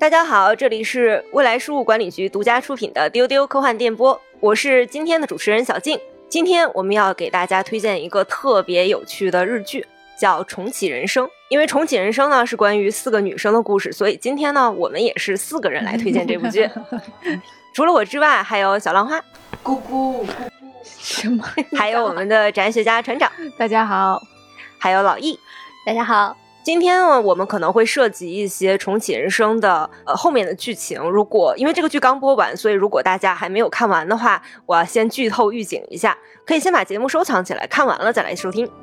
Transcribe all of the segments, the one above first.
大家好，这里是未来事务管理局独家出品的丢丢科幻电波，我是今天的主持人小静。今天我们要给大家推荐一个特别有趣的日剧，叫《重启人生》。因为《重启人生》呢是关于4个女生的故事，所以今天呢我们也是4个人来推荐这部剧。除了我之外，还有小浪花、 咕咕什么？ 还有我们的宅学家船长， 大家好； 还有老易， 大家好。 今天呢，我们可能会涉及一些重启人生的后面的剧情。因为这个剧刚播完，所以如果大家还没有看完的话，我要先剧透预警一下，可以先把节目收藏起来，看完了再来收听。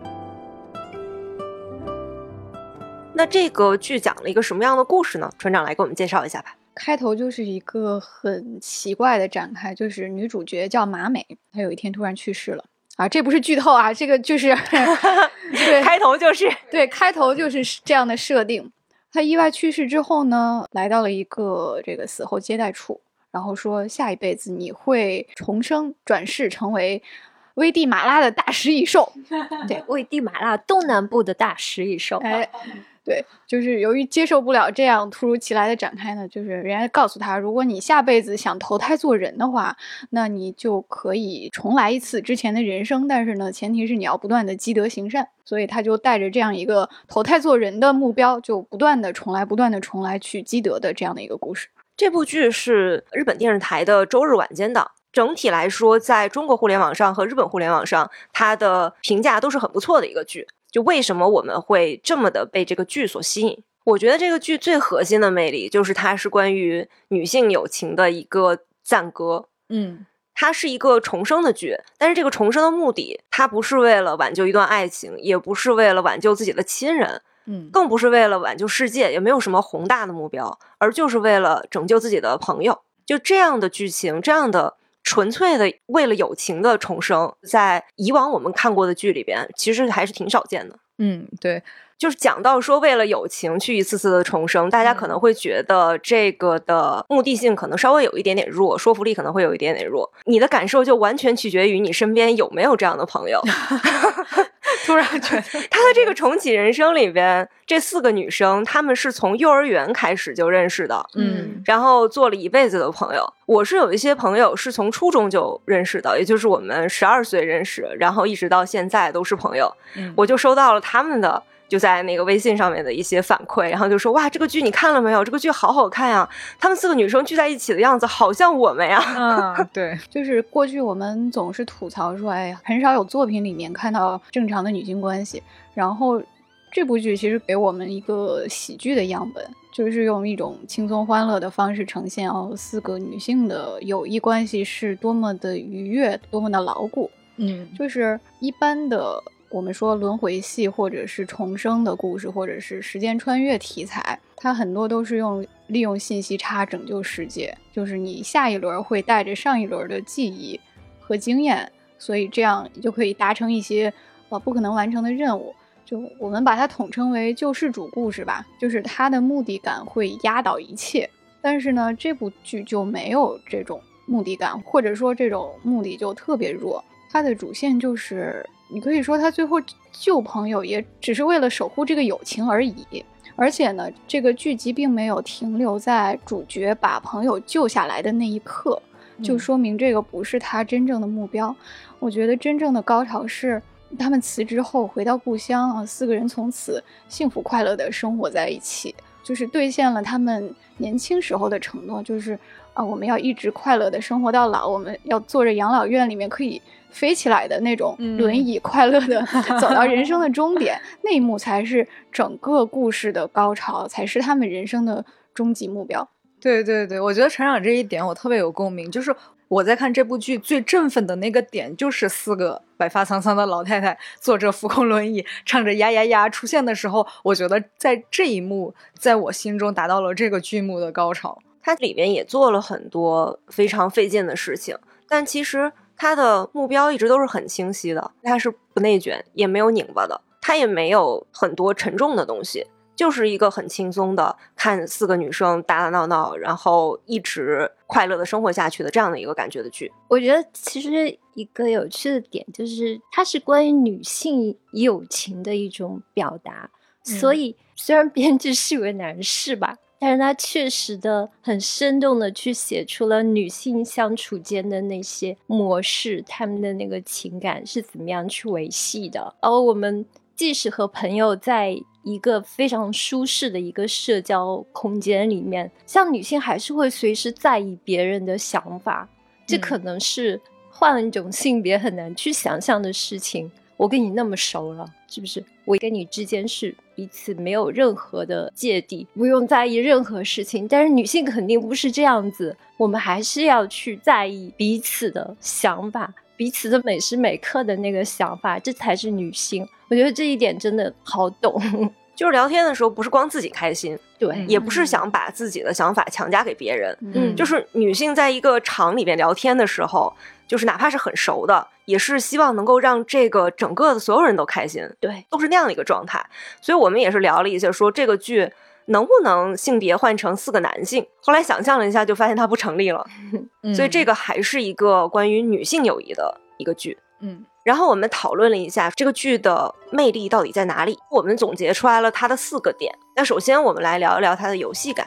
那这个剧讲了一个什么样的故事呢？船长来给我们介绍一下吧。 开头就是一个很奇怪的展开，就是女主角叫马美，她有一天突然去世了。啊，这不是剧透啊，这个就是对， 开头就是对，开头就是这样的设定。他意外去世之后呢，来到了一个这个死后接待处，然后说下一辈子你会重生转世成为危地马拉的大食蚁兽。 对，危地马拉东南部的大食蚁兽。 哎，对，就是由于接受不了这样突如其来的展开呢，就是人家告诉他，如果你下辈子想投胎做人的话，那你就可以重来一次之前的人生，但是呢，前提是你要不断的积德行善。所以他就带着这样一个投胎做人的目标，就不断的重来去积德的这样的一个故事。 这部剧是日本电视台的周日晚间档。整体来说，在中国互联网上和日本互联网上，它的评价都是很不错的一个剧。就为什么我们会这么的被这个剧所吸引？我觉得这个剧最核心的魅力就是它是关于女性友情的一个赞歌。它是一个重生的剧，但是这个重生的目的，它不是为了挽救一段爱情，也不是为了挽救自己的亲人，更不是为了挽救世界，也没有什么宏大的目标，而就是为了拯救自己的朋友。就这样的剧情，这样的纯粹的为了友情的重生，在以往我们看过的剧里边其实还是挺少见的。 对， 就是讲到说为了友情去一次次的重生，大家可能会觉得这个的目的性可能稍微有一点点弱，说服力可能会有一点点弱，你的感受就完全取决于你身边有没有这样的朋友。 突然觉得他的这个重启人生里边，这4个女生她们是从幼儿园开始就认识的，然后做了一辈子的朋友。我是有一些朋友是从初中就认识的，也就是我们12岁认识，然后一直到现在都是朋友。我就收到了他们的就在那个微信上面的一些反馈，然后就说哇，这个剧你看了没有？这个剧好好看呀！她们4个女生聚在一起的样子好像我们呀。 对，就是过去我们总是吐槽说，哎呀，很少有作品里面看到正常的女性关系。然后这部剧其实给我们一个喜剧的样本，就是用一种轻松欢乐的方式呈现4个女性的友谊关系是多么的愉悦，多么的牢固。就是一般的我们说轮回戏或者是重生的故事或者是时间穿越题材，它很多都是利用信息差拯救世界，就是你下一轮会带着上一轮的记忆和经验，所以这样你就可以达成一些不可能完成的任务。就我们把它统称为救世主故事吧，就是它的目的感会压倒一切。但是呢，这部剧就没有这种目的感，或者说这种目的就特别弱。它的主线就是你可以说他最后救朋友也只是为了守护这个友情而已。而且呢，这个剧集并没有停留在主角把朋友救下来的那一刻，就说明这个不是他真正的目标。我觉得真正的高潮是他们辞职后回到故乡4个人从此幸福快乐的生活在一起，就是兑现了他们年轻时候的承诺，就是我们要一直快乐的生活到老，我们要坐着养老院里面可以飞起来的那种轮椅，快乐的走到人生的终点。那一幕才是整个故事的高潮，才是他们人生的终极目标。 对对对，我觉得船长这一点我特别有共鸣，就是我在看这部剧最振奋的那个点，就是4个白发苍苍的老太太坐着浮空轮椅唱着呀呀呀出现的时候，我觉得在这一幕在我心中达到了这个剧目的高潮。 它里面也做了很多非常费劲的事情，但其实它的目标一直都是很清晰的，它是不内卷也没有拧巴的，它也没有很多沉重的东西，就是一个很轻松的看4个女生打打闹闹然后一直快乐的生活下去的这样的一个感觉的剧。 我觉得其实一个有趣的点就是它是关于女性友情的一种表达，所以虽然编剧是为男士吧， 但是它确实的很生动的去写出了女性相处间的那些模式，她们的那个情感是怎么样去维系的。而我们即使和朋友在一个非常舒适的一个社交空间里面，像女性还是会随时在意别人的想法，这可能是换了一种性别很难去想象的事情。我跟你那么熟了，是不是我跟你之间是彼此没有任何的芥蒂，不用在意任何事情？但是女性肯定不是这样子，我们还是要去在意彼此的想法，彼此的每时每刻的那个想法，这才是女性。我觉得这一点真的好懂。 就是聊天的时候不是光自己开心， 对， 也不是想把自己的想法强加给别人， 嗯就是女性在一个场里面聊天的时候，就是哪怕是很熟的，也是希望能够让这个整个的所有人都开心， 对， 都是那样的一个状态。所以我们也是聊了一下，说这个剧能不能性别换成4个男性，后来想象了一下就发现它不成立了，所以这个还是一个关于女性友谊的一个剧。然后我们讨论了一下这个剧的魅力到底在哪里，我们总结出来了它的4个点。那首先我们来聊一聊它的游戏感。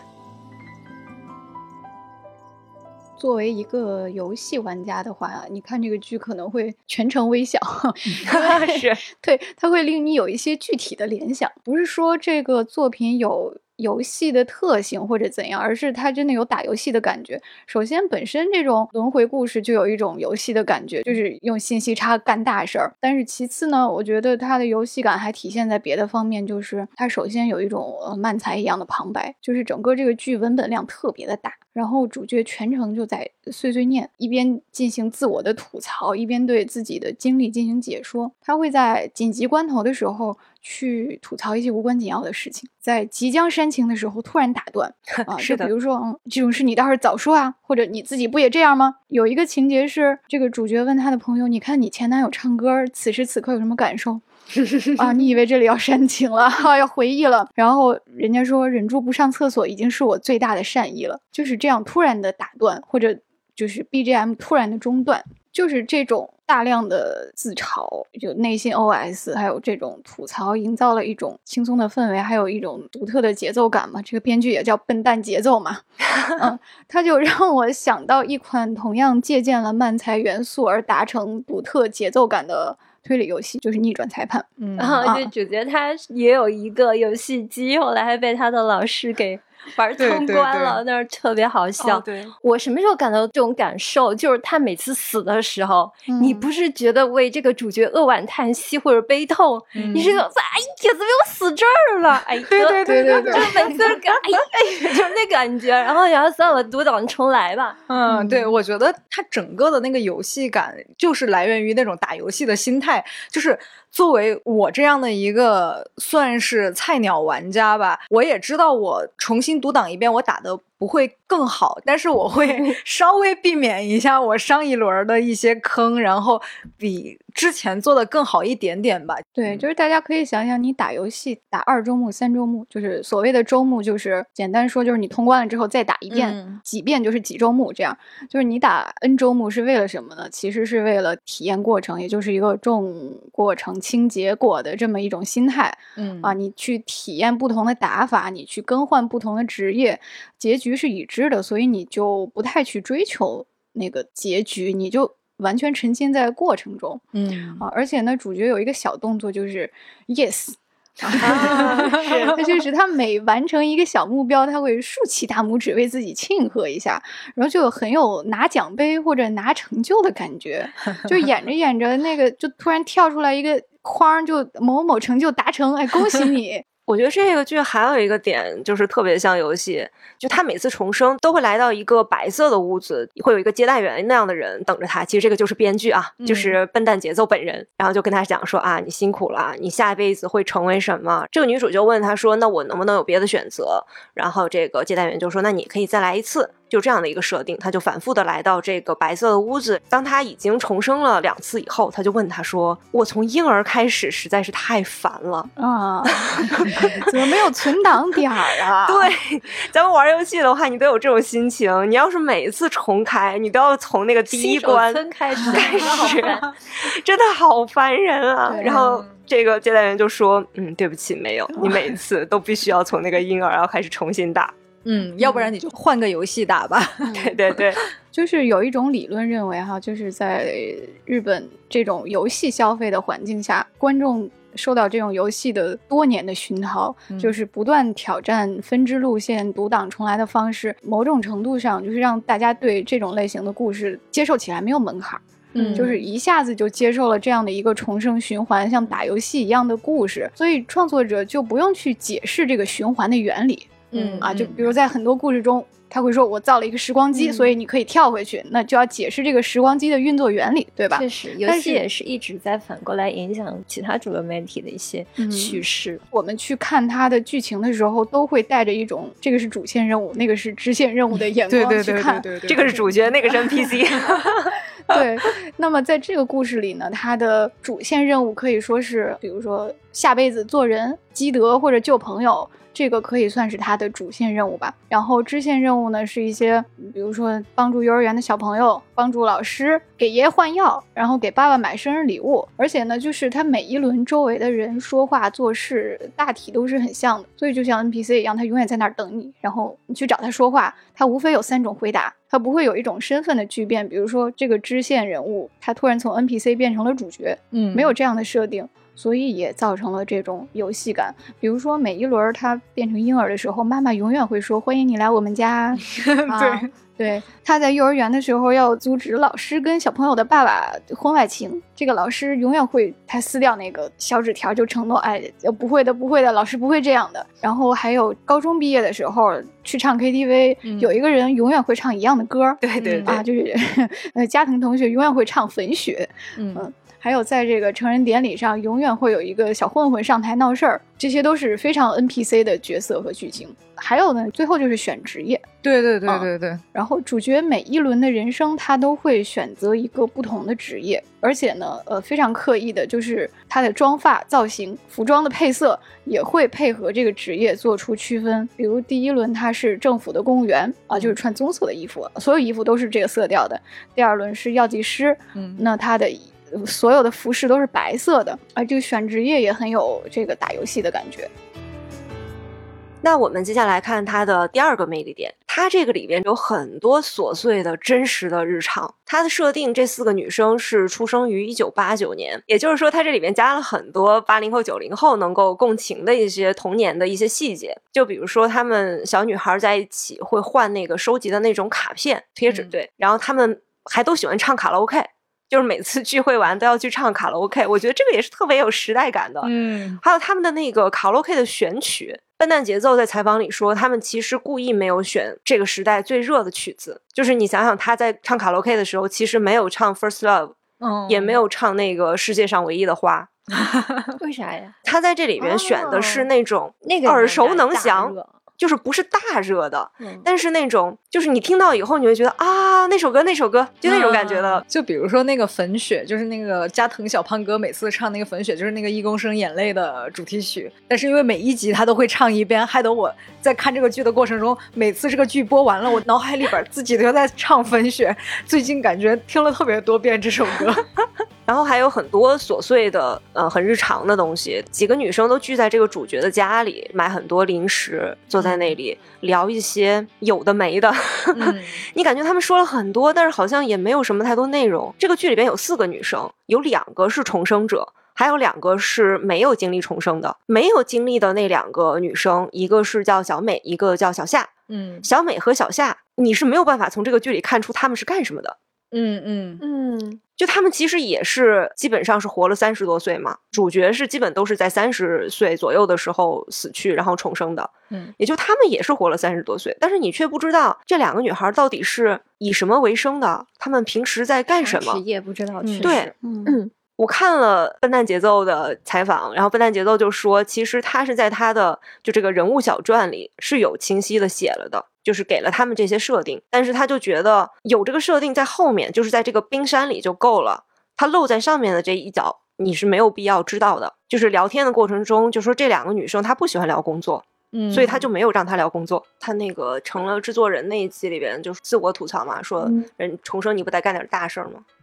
作为一个游戏玩家的话，你看这个剧可能会全程微笑是对，它会令你有一些具体的联想，不是说这个作品有游戏的特性或者怎样，而是它真的有打游戏的感觉。首先本身这种轮回故事就有一种游戏的感觉，就是用信息差干大事儿。但是其次呢，我觉得它的游戏感还体现在别的方面，就是它首先有一种漫才一样的旁白，就是整个这个剧文本量特别的大，然后主角全程就在碎碎念，一边进行自我的吐槽，一边对自己的经历进行解说。他会在紧急关头的时候去吐槽一些无关紧要的事情，在即将煽情的时候突然打断啊， 是的， 就比如说这种事你倒是早说啊，或者你自己不也这样吗？有一个情节是这个主角问他的朋友，你看你前男友唱歌此时此刻有什么感受啊？你以为这里要煽情了要回忆了，然后人家说忍住不上厕所已经是我最大的善意了，就是这样突然的打断，或者就是 BGM 突然的中断，就是这种大量的自嘲，就内心 OS 还有这种吐槽，营造了一种轻松的氛围，还有一种独特的节奏感嘛。这个编剧也叫笨蛋节奏嘛它就让我想到一款同样借鉴了漫才元素而达成独特节奏感的推理游戏，就是逆转裁判。 然后这主角他也有一个游戏机，后来还被他的老师给玩通关了，那儿特别好笑。 对， 我什么时候感到这种感受？就是他每次死的时候，你不是觉得为这个主角扼腕叹息或者悲痛，你是说哎呀，怎么又死这儿了？哎， 对， 就每次感哎，就是那感觉。然后算了，读档重来吧。 对，我觉得它整个的那个游戏感就是来源于那种打游戏的心态，就是作为我这样的一个算是菜鸟玩家吧，我也知道我重新读档一遍我打的不会更好，但是我会稍微避免一下我上一轮的一些坑，然后比之前做的更好一点点吧。 对，就是大家可以想想，你打游戏打2周目3周目，就是所谓的周目，就是简单说就是你通关了之后再打一遍，几遍就是几周目，这样就是你打 N 周目是为了什么呢？其实是为了体验过程，也就是一个重过程轻结果的这么一种心态。你去体验不同的打法，你去更换不同的职业，结局是已知的，所以你就不太去追求那个结局，你就完全沉浸在过程中。而且呢，主角有一个小动作就是 yes。他就是他每完成一个小目标，他会竖起大拇指为自己庆贺一下，然后就很有拿奖杯或者拿成就的感觉。就演着演着，那个就突然跳出来一个框，就某某成就达成，哎，恭喜你！ 我觉得这个剧还有一个点就是特别像游戏，就他每次重生都会来到一个白色的屋子，会有一个接待员那样的人等着他，其实这个就是编剧啊，就是笨蛋节奏本人，然后就跟他讲说啊，你辛苦了，你下一辈子会成为什么？这个女主就问他说，那我能不能有别的选择？然后这个接待员就说，那你可以再来一次。就这样的一个设定，他就反复的来到这个白色的屋子。当他已经重生了2次以后，他就问他说，我从婴儿开始实在是太烦了啊，怎么没有存档点儿啊？ 对，咱们玩游戏的话你都有这种心情，你要是每一次重开你都要从那个第一关开始真的好烦人啊。然后这个接待员就说，对不起，没有，你每一次都必须要从那个婴儿要开始重新打。 要不然你就换个游戏打吧。 对对对， 就是有一种理论认为哈，就是在日本这种游戏消费的环境下，观众受到这种游戏的多年的熏陶，就是不断挑战分支路线、读档重来的方式，某种程度上就是让大家对这种类型的故事接受起来没有门槛。就是一下子就接受了这样的一个重生循环，像打游戏一样的故事，所以创作者就不用去解释这个循环的原理。就比如在很多故事中，他会说我造了一个时光机，所以你可以跳回去，那就要解释这个时光机的运作原理，对吧？ 确实，游戏也是一直在反过来影响其他主流媒体的一些趋势。 我们去看它的剧情的时候，都会带着一种这个是主线任务，那个是支线任务的眼光去看。 对， 这个是主角，那个是 NPC。 对，那么在这个故事里呢，它的主线任务可以说是，比如说下辈子做人、积德或者救朋友，这个可以算是它的主线任务吧。然后支线任务呢，是一些比如说帮助幼儿园的小朋友，帮助老师，给爷爷换药，然后给爸爸买生日礼物。而且呢，就是他每一轮周围的人说话做事大体都是很像的，所以就像 NPC 一样，他永远在那儿等你，然后你去找他说话，他无非有3种回答，他不会有一种身份的巨变。比如说这个支线人物他突然从 NPC 变成了主角，没有这样的设定，所以也造成了这种游戏感。比如说每一轮他变成婴儿的时候，妈妈永远会说欢迎你来我们家。对，他在幼儿园的时候要阻止老师跟小朋友的爸爸婚外情，这个老师永远会他撕掉那个小纸条，就承诺不会的不会的，老师不会这样的。然后还有高中毕业的时候去唱 KTV，有一个人永远会唱一样的歌。 对对对， 就是加藤同学永远会唱粉雪。还有在这个成人典礼上永远会有一个小混混上台闹事儿，这些都是非常 NPC 的角色和剧情。还有呢，最后就是选职业。 对， 然后主角每一轮的人生他都会选择一个不同的职业，而且呢非常刻意的就是他的妆发造型、服装的配色也会配合这个职业做出区分。比如第一轮他是政府的公务员就是穿棕色的衣服，所有衣服都是这个色调的。第二轮是药剂师，那他的所有的服饰都是白色的，这个选职业也很有这个打游戏的感觉。 那我们接下来看它的第二个魅力点，它这个里边有很多琐碎的真实的日常。它的设定，这4个女生是出生于1989年，也就是说它这里边加了很多80后90后能够共情的一些童年的一些细节。就比如说她们小女孩在一起会换那个收集的那种卡片贴纸，对，然后她们还都喜欢唱卡拉 OK，就是每次聚会完都要去唱卡拉 OK， 我觉得这个也是特别有时代感的。还有他们的那个卡拉 OK 的选曲，笨蛋节奏在采访里说他们其实故意没有选这个时代最热的曲子，就是你想想他在唱卡拉 OK 的时候其实没有唱 First Love，也没有唱那个世界上唯一的花。 为啥呀？ 他在这里面选的是那种耳熟能详，就是不是大热的，但是那种就是你听到以后你会觉得啊，那首歌就那种感觉的。 就比如说那个粉雪，就是那个加藤小胖哥每次唱那个粉雪，就是那个1公升眼泪的主题曲，但是因为每一集他都会唱一遍，害得我在看这个剧的过程中，每次这个剧播完了，我脑海里边自己都在唱粉雪，最近感觉听了特别多遍这首歌。 然后还有很多琐碎的很日常的东西，几个女生都聚在这个主角的家里，买很多零食，坐在那里聊一些有的没的。你感觉他们说了很多，但是好像也没有什么太多内容。这个剧里边有4个女生，有2个是重生者，还有2个是没有经历重生的。没有经历的那2个女生，一个是叫小美，一个叫小夏。小美和小夏你是没有办法从这个剧里看出她们是干什么的。就他们其实也是基本上是活了30多岁嘛，主角是基本都是在30岁左右的时候死去然后重生的，也就他们也是活了30多岁，但是你却不知道这2个女孩到底是以什么为生的，她们平时在干什么， 职业不知道。 对，我看了笨蛋节奏的采访，然后笨蛋节奏就说其实他是在他的就这个人物小传里是有清晰的写了的，就是给了他们这些设定，但是他就觉得有这个设定在后面，就是在这个冰山里就够了，他露在上面的这一角你是没有必要知道的。就是聊天的过程中就说这2个女生她不喜欢聊工作，所以他就没有让他聊工作。他那个成了制作人那一期里边就自我吐槽嘛，说人重生你不得干点大事吗？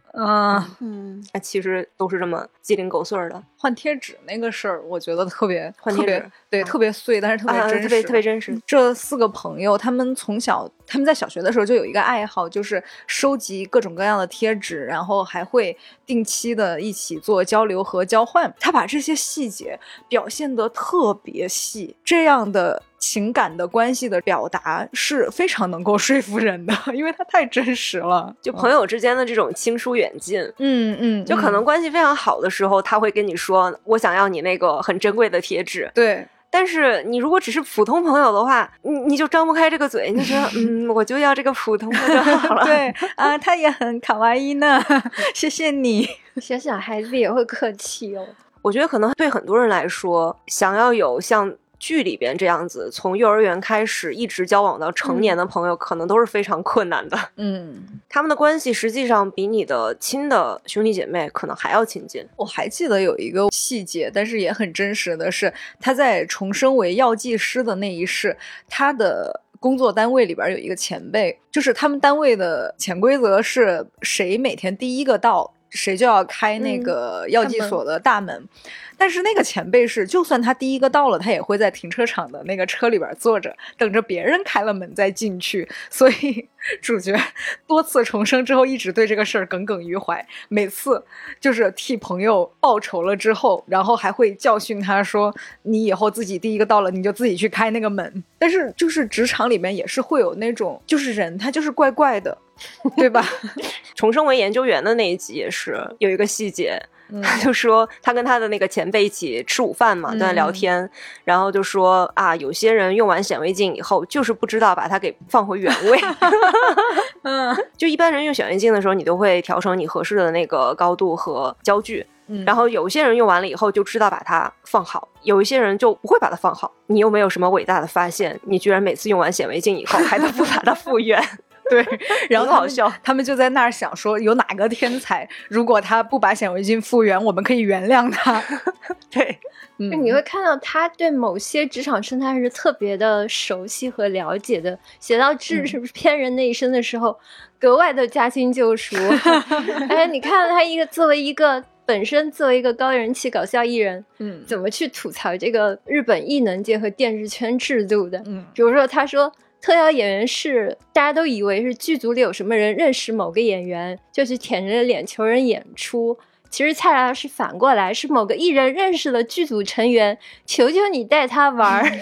那其实都是这么鸡零狗碎的。 换贴纸那个事儿，我觉得特别换贴纸对，特别碎，但是特别真实， 特别真实。 这4个朋友，他们在小学的时候就有一个爱好，就是收集各种各样的贴纸，然后还会定期的一起做交流和交换。他把这些细节表现得特别细，这样的情感的关系的表达是非常能够说服人的，因为它太真实了。 就朋友之间的这种亲疏远近， 就可能关系非常好的时候，他会跟你说我想要你那个很珍贵的贴纸。 对， 但是你如果只是普通朋友的话，你就张不开这个嘴，你就觉得我就要这个普通的就好了。 对啊，他也很卡哇伊呢，谢谢你。 小孩子也会客气哦。 我觉得可能对很多人来说，想要有像剧里边这样子从幼儿园开始一直交往到成年的朋友，可能都是非常困难的。他们的关系实际上比你的亲的兄弟姐妹可能还要亲近。 我还记得有一个细节，但是也很真实的是，他在重生为药剂师的那一世，他的工作单位里边有一个前辈，就是他们单位的潜规则是谁每天第一个到，谁就要开那个药剂所的大门。但是那个前辈是，就算他第一个到了，他也会在停车场的那个车里边坐着，等着别人开了门再进去。所以主角多次重生之后，一直对这个事儿耿耿于怀。每次就是替朋友报仇了之后，然后还会教训他说：“你以后自己第一个到了，你就自己去开那个门。”但是就是职场里面也是会有那种，就是人他就是怪怪的，对吧？ 重生为研究员的那一集也是有一个细节。他就说他跟他的那个前辈一起吃午饭嘛，在聊天，然后就说啊，有些人用完显微镜以后就是不知道把它给放回原位。就一般人用显微镜的时候，你都会调成你合适的那个高度和焦距，然后有些人用完了以后就知道把它放好，有一些人就不会把它放好。你又没有什么伟大的发现，你居然每次用完显微镜以后还能不把它复原。 对，然后很好笑， 他们就在那儿想说，有哪个天才，如果他不把显微镜复原，我们可以原谅他。 对， 你会看到他对某些职场生态是特别的熟悉和了解的，写到制片人那一生的时候，格外的驾轻就熟。哎，你看他作为一个本身作为一个高人气搞笑艺人，怎么去吐槽这个日本艺能界和电视圈制度的？比如说他说，特邀演员是大家都以为是剧组里有什么人认识某个演员，就去舔着脸求人演出。其实恰恰是反过来，是某个艺人认识了剧组成员，求求你带他玩儿。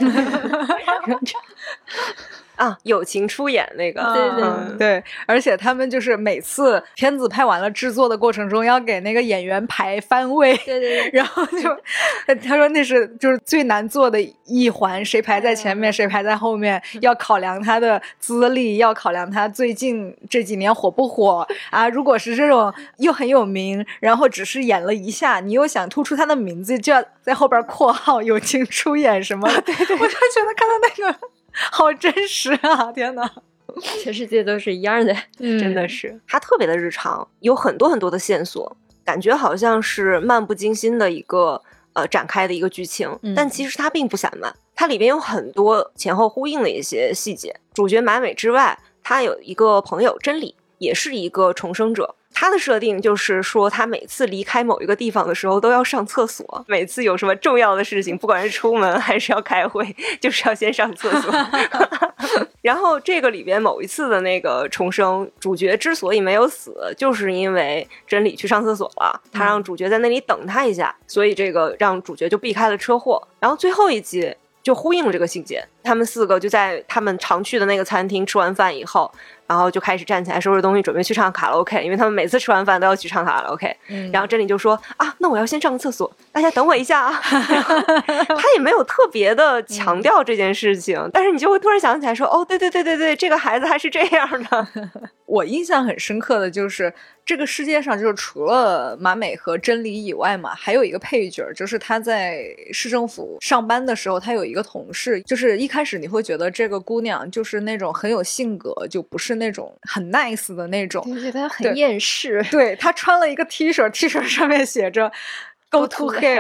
啊，友情出演那个， 对，而且他们就是每次片子拍完了，制作的过程中要给那个演员排番位， 对， 然后就他说那是就是最难做的一环，谁排在前面，谁排在后面，要考量他的资历，要考量他最近这几年火不火啊。如果是这种又很有名，然后只是演了一下，你又想突出他的名字，就要在后边括号友情出演什么。对，我就觉得看到那个。好真实啊！天哪， 全世界都是一样的， 真的是。它特别的日常，有很多很多的线索，感觉好像是漫不经心的一个展开的一个剧情，但其实它并不散漫，它里边有很多前后呼应的一些细节。主角马美之外，他有一个朋友真理，也是一个重生者。他的设定就是说，他每次离开某一个地方的时候都要上厕所，每次有什么重要的事情，不管是出门还是要开会，就是要先上厕所。然后这个里边某一次的那个重生，主角之所以没有死，就是因为真理去上厕所了，他让主角在那里等他一下，所以这个让主角就避开了车祸。然后最后一集就呼应了这个细节，他们4个就在他们常去的那个餐厅吃完饭以后，然后就开始站起来收拾东西，准备去唱卡拉 OK， 因为他们每次吃完饭都要去唱卡拉 OK。然后真理就说啊，那我要先上个厕所，大家等我一下啊。他也没有特别的强调这件事情，但是你就会突然想起来说，哦，对，这个孩子还是这样的。 我印象很深刻的就是这个世界上就是除了马美和真理以外嘛，还有一个配角，就是他在市政府上班的时候，他有一个同事，就是一开始你会觉得这个姑娘就是那种很有性格，就不是那种很 nice 的那种， 我觉得很厌世。 对，她穿了一个 T 恤上面写着 Go to hell，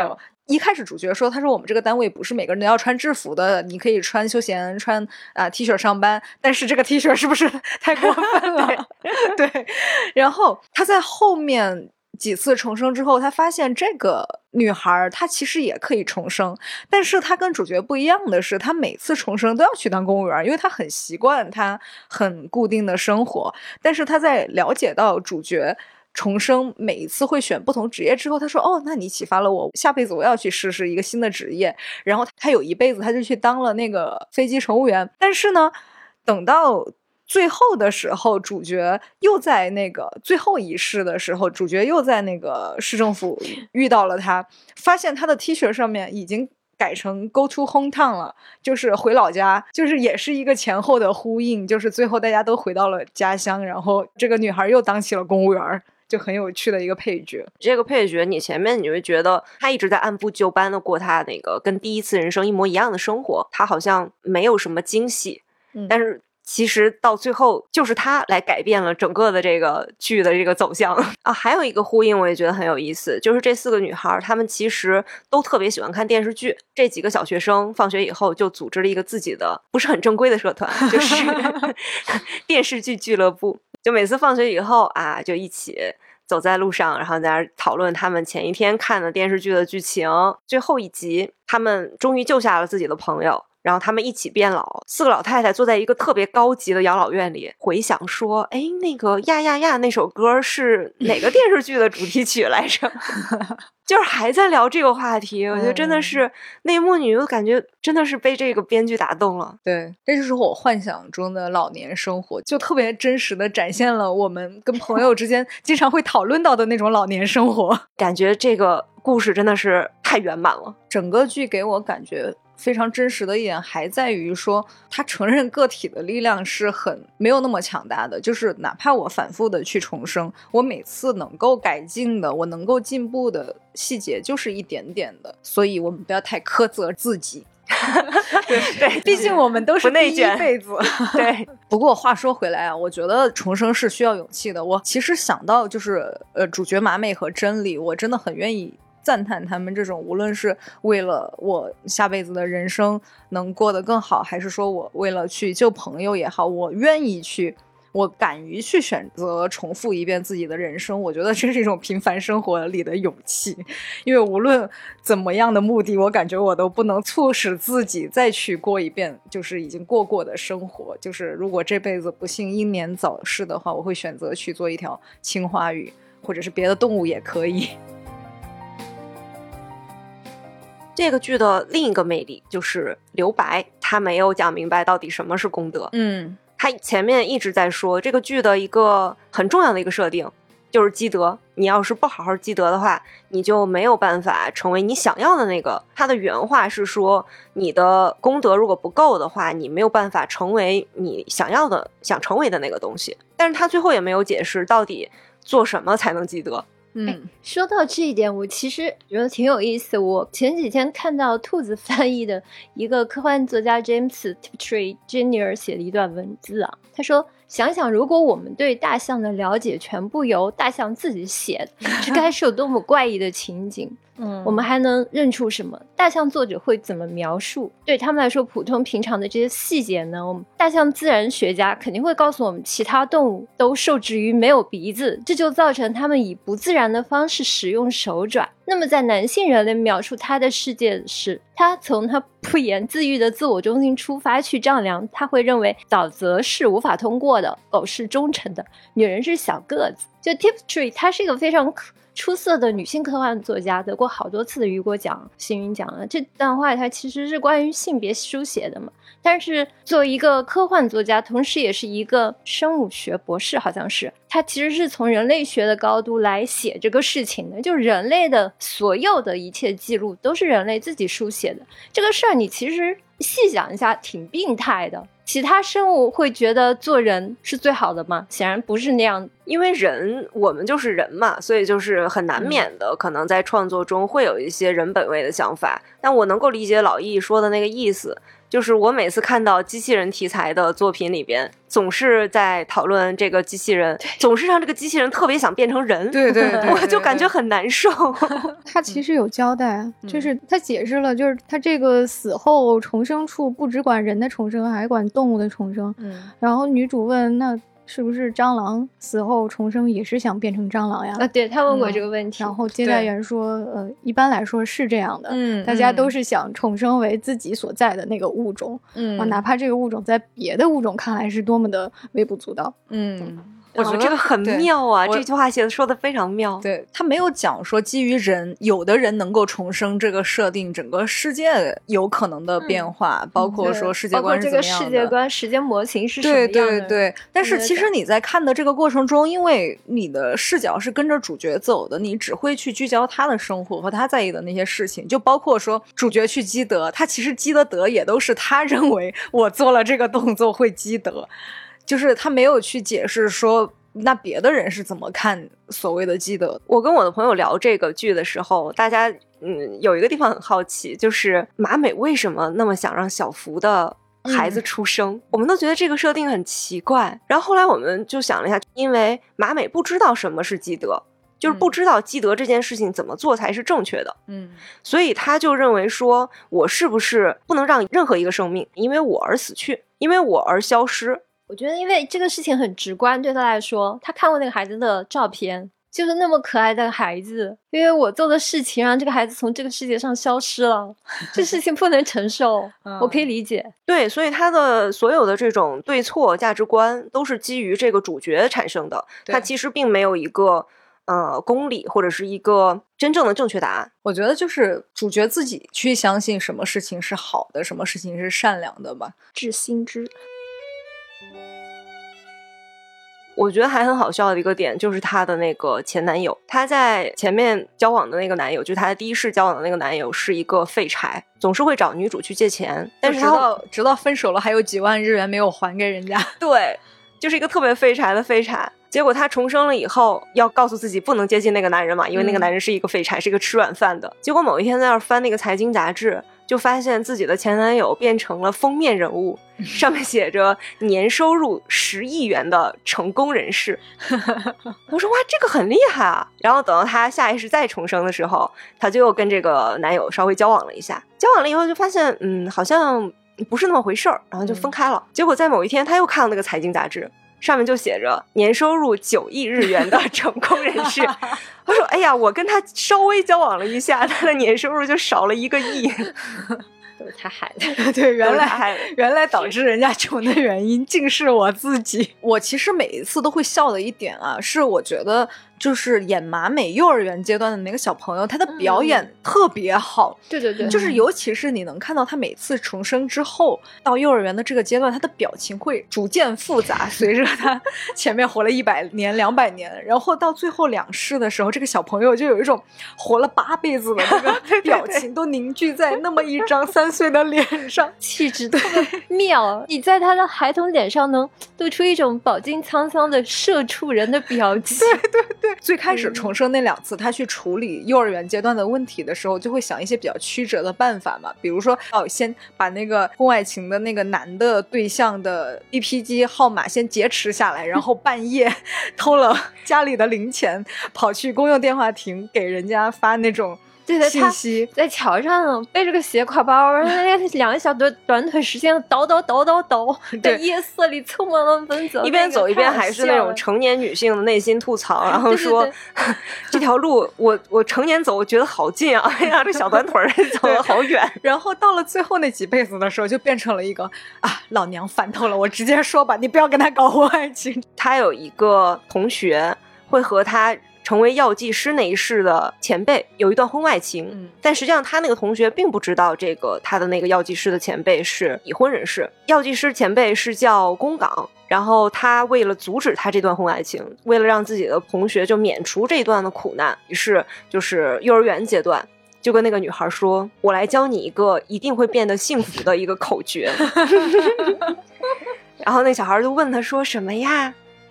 一开始主角说，他说我们这个单位不是每个人都要穿制服的，你可以穿休闲穿T 恤上班，但是这个 T 恤是不是太过分了？对，然后他在后面几次重生之后，他发现这个女孩她其实也可以重生，但是她跟主角不一样的是，她每次重生都要去当公务员，因为她很习惯她很固定的生活。但是她在了解到主角重生每一次会选不同职业之后，她说哦，那你启发了我，下辈子我要去试试一个新的职业。然后她有一辈子她就去当了那个飞机乘务员，但是呢等到最后的时候，主角又在那个最后一世的时候，主角又在那个市政府遇到了他，发现他的 T 恤上面已经改成 Go to hometown 了，就是回老家，就是也是一个前后的呼应，就是最后大家都回到了家乡，然后这个女孩又当起了公务员，就很有趣的一个配角。 这个配角你前面你会觉得他一直在按部就班的过他那个跟第一次人生一模一样的生活，他好像没有什么惊喜，但是其实到最后就是他来改变了整个的这个剧的这个走向啊。还有一个呼应我也觉得很有意思，就是这4个女孩她们其实都特别喜欢看电视剧，这几个小学生放学以后就组织了一个自己的不是很正规的社团，就是电视剧俱乐部，就每次放学以后啊就一起走在路上，然后在那儿讨论他们前一天看的电视剧的剧情。最后一集他们终于救下了自己的朋友，然后他们一起变老，4个老太太坐在一个特别高级的养老院里回想说，哎，那个呀呀呀那首歌是哪个电视剧的主题曲来着？就是还在聊这个话题，我觉得真的是内幕女，我感觉真的是被这个编剧打动了。 对，这就是我幻想中的老年生活，就特别真实的展现了我们跟朋友之间经常会讨论到的那种老年生活。 感觉这个故事真的是太圆满了， 整个剧给我感觉非常真实的一点还在于说，他承认个体的力量是很没有那么强大的，就是哪怕我反复的去重生，我每次能够改进的，我能够进步的细节就是一点点的，所以我们不要太苛责自己。 对， 毕竟我们都是第一辈子。 对， 不过话说回来啊，我觉得重生是需要勇气的。我其实想到就是主角麻美和真理，我真的很愿意赞叹他们这种，无论是为了我下辈子的人生能过得更好，还是说我为了去救朋友也好，我愿意去，我敢于去选择重复一遍自己的人生。我觉得这是一种平凡生活里的勇气，因为无论怎么样的目的，我感觉我都不能促使自己再去过一遍就是已经过的生活。就是如果这辈子不幸英年早逝的话，我会选择去做一条青花鱼，或者是别的动物也可以。 这个剧的另一个魅力就是留白，他没有讲明白到底什么是功德。他前面一直在说这个剧的一个很重要的一个设定就是积德，你要是不好好积德的话，你就没有办法成为你想要的那个。他的原话是说，你的功德如果不够的话，你没有办法成为你想要的想成为的那个东西。但是他最后也没有解释到底做什么才能积德。 说到这一点，我其实觉得挺有意思。我前几天看到兔子翻译的一个科幻作家 James Tiptree Jr. 写的一段文字啊，他说，想想如果我们对大象的了解全部由大象自己写的，这该是有多么怪异的情景。我们还能认出什么？大象作者会怎么描述？对他们来说，普通平常的这些细节呢？我们大象自然学家肯定会告诉我们，其他动物都受制于没有鼻子，这就造成他们以不自然的方式使用手爪。那么在男性人类描述他的世界时，他从他不言自喻的自我中心出发去丈量，他会认为沼泽是无法通过的，狗是忠诚的，女人是小个子。就 Tiptree 他是一个非常出色的女性科幻作家，得过好多次的雨果奖、星云奖啊。这段话它其实是关于性别书写的嘛，但是作为一个科幻作家，同时也是一个生物学博士，好像是他其实是从人类学的高度来写这个事情的，就是人类的所有的一切记录都是人类自己书写的。这个事儿你其实细想一下挺病态的。其他生物会觉得做人是最好的吗？显然不是那样因为我们就是人嘛，所以就是很难免的，可能在创作中会有一些人本位的想法。但我能够理解老易说的那个意思，就是我每次看到机器人题材的作品里边，总是在讨论这个机器人，总是让这个机器人特别想变成人。 对对对， 我就感觉很难受。 他其实有交代，就是他解释了，就是他这个死后重生处不只管人的重生，还管动物的重生。然后女主问，那是不是蟑螂死后重生也是想变成蟑螂呀？ 对，他问过这个问题。 然后接待员说，一般来说是这样的，大家都是想重生为自己所在的那个物种，哪怕这个物种在别的物种看来是多么的微不足道。 我觉得这个很妙啊，这句话说的非常妙。 对，他没有讲说基于有的人能够重生这个设定，整个世界有可能的变化，包括说世界观是怎么样的， 包括这个世界观、时间模型是什么样的。 对。但是其实你在看的这个过程中，因为你的视角是跟着主角走的，你只会去聚焦他的生活和他在意的那些事情，就包括说主角去积德，他其实积的德也都是他认为我做了这个动作会积德。就是他没有去解释说那别的人是怎么看所谓的积德。 我跟我的朋友聊这个剧的时候，大家有一个地方很好奇，就是马美为什么那么想让小福的孩子出生，我们都觉得这个设定很奇怪。然后后来我们就想了一下，因为马美不知道什么是积德，就是不知道积德这件事情怎么做才是正确的，所以他就认为说，我是不是不能让任何一个生命因为我而死去，因为我而消失。 我觉得因为这个事情很直观，对他来说，他看过那个孩子的照片，就是那么可爱的孩子，因为我做的事情让这个孩子从这个世界上消失了，这事情不能承受。我可以理解。 对，所以他的所有的这种对错价值观都是基于这个主角产生的，他其实并没有一个公理或者是一个真正的正确答案。 我觉得就是主角自己去相信什么事情是好的，什么事情是善良的吧， 至心知。 我觉得还很好笑的一个点就是她的那个前男友，她在前面交往的那个男友，就是她的第一世交往的那个男友是一个废柴，总是会找女主去借钱，但是直到分手了还有几万日元没有还给人家。 对，就是一个特别废柴的废柴。结果她重生了以后要告诉自己不能接近那个男人嘛，因为那个男人是一个废柴，是一个吃软饭的。结果某一天在那儿翻那个财经杂志，就发现自己的前男友变成了封面人物，上面写着年收入10亿元的成功人士。我说哇，这个很厉害啊。然后等到他下一世再重生的时候，他就又跟这个男友稍微交往了一下，交往了以后就发现好像不是那么回事儿，然后就分开了。结果在某一天他又看到那个财经杂志，上面就写着年收入9亿日元的成功人士。他说哎呀，我跟他稍微交往了一下，他的年收入就少了1个亿。 都是他害的。 对，原来导致人家穷的原因竟是我自己。我其实每一次都会笑的一点啊，是我觉得就是演马美幼儿园阶段的那个小朋友，他的表演特别好。 对， 就是尤其是你能看到他每次重生之后到幼儿园的这个阶段，他的表情会逐渐复杂，随着他前面活了100年200年，然后到最后2世的时候，这个小朋友就有一种活了8辈子的这个表情都凝聚在那么一张3岁的脸上， 气质特别妙。你在他的孩童脸上能露出一种饱经沧桑的社畜人的表情。 对，最开始重生那2次他去处理幼儿园阶段的问题的时候，就会想一些比较曲折的办法嘛，比如说先把那个婚外情的那个男的对象的 BP 机号码先劫持下来，然后半夜偷了家里的零钱跑去公用电话亭给人家发那种信息， 在桥上背着个斜挎包，然后那2个小短腿实现倒，在夜色里匆忙的奔走， 一边走一边还是那种成年女性的内心吐槽，然后说这条路我成年走我觉得好近啊，让这小短腿走得好远。 然后到了最后那几辈子的时候，就变成了一个老娘烦透了，我直接说吧，你不要跟他搞婚外情。 他有一个同学会和他成为药剂师那一世的前辈有一段婚外情，但实际上他那个同学并不知道这个他的那个药剂师的前辈是已婚人士，药剂师前辈是叫宫岗，然后他为了阻止他这段婚外情，为了让自己的同学就免除这一段的苦难，于是就是幼儿园阶段就跟那个女孩说，我来教你一个一定会变得幸福的一个口诀。然后那小孩就问他说什么呀，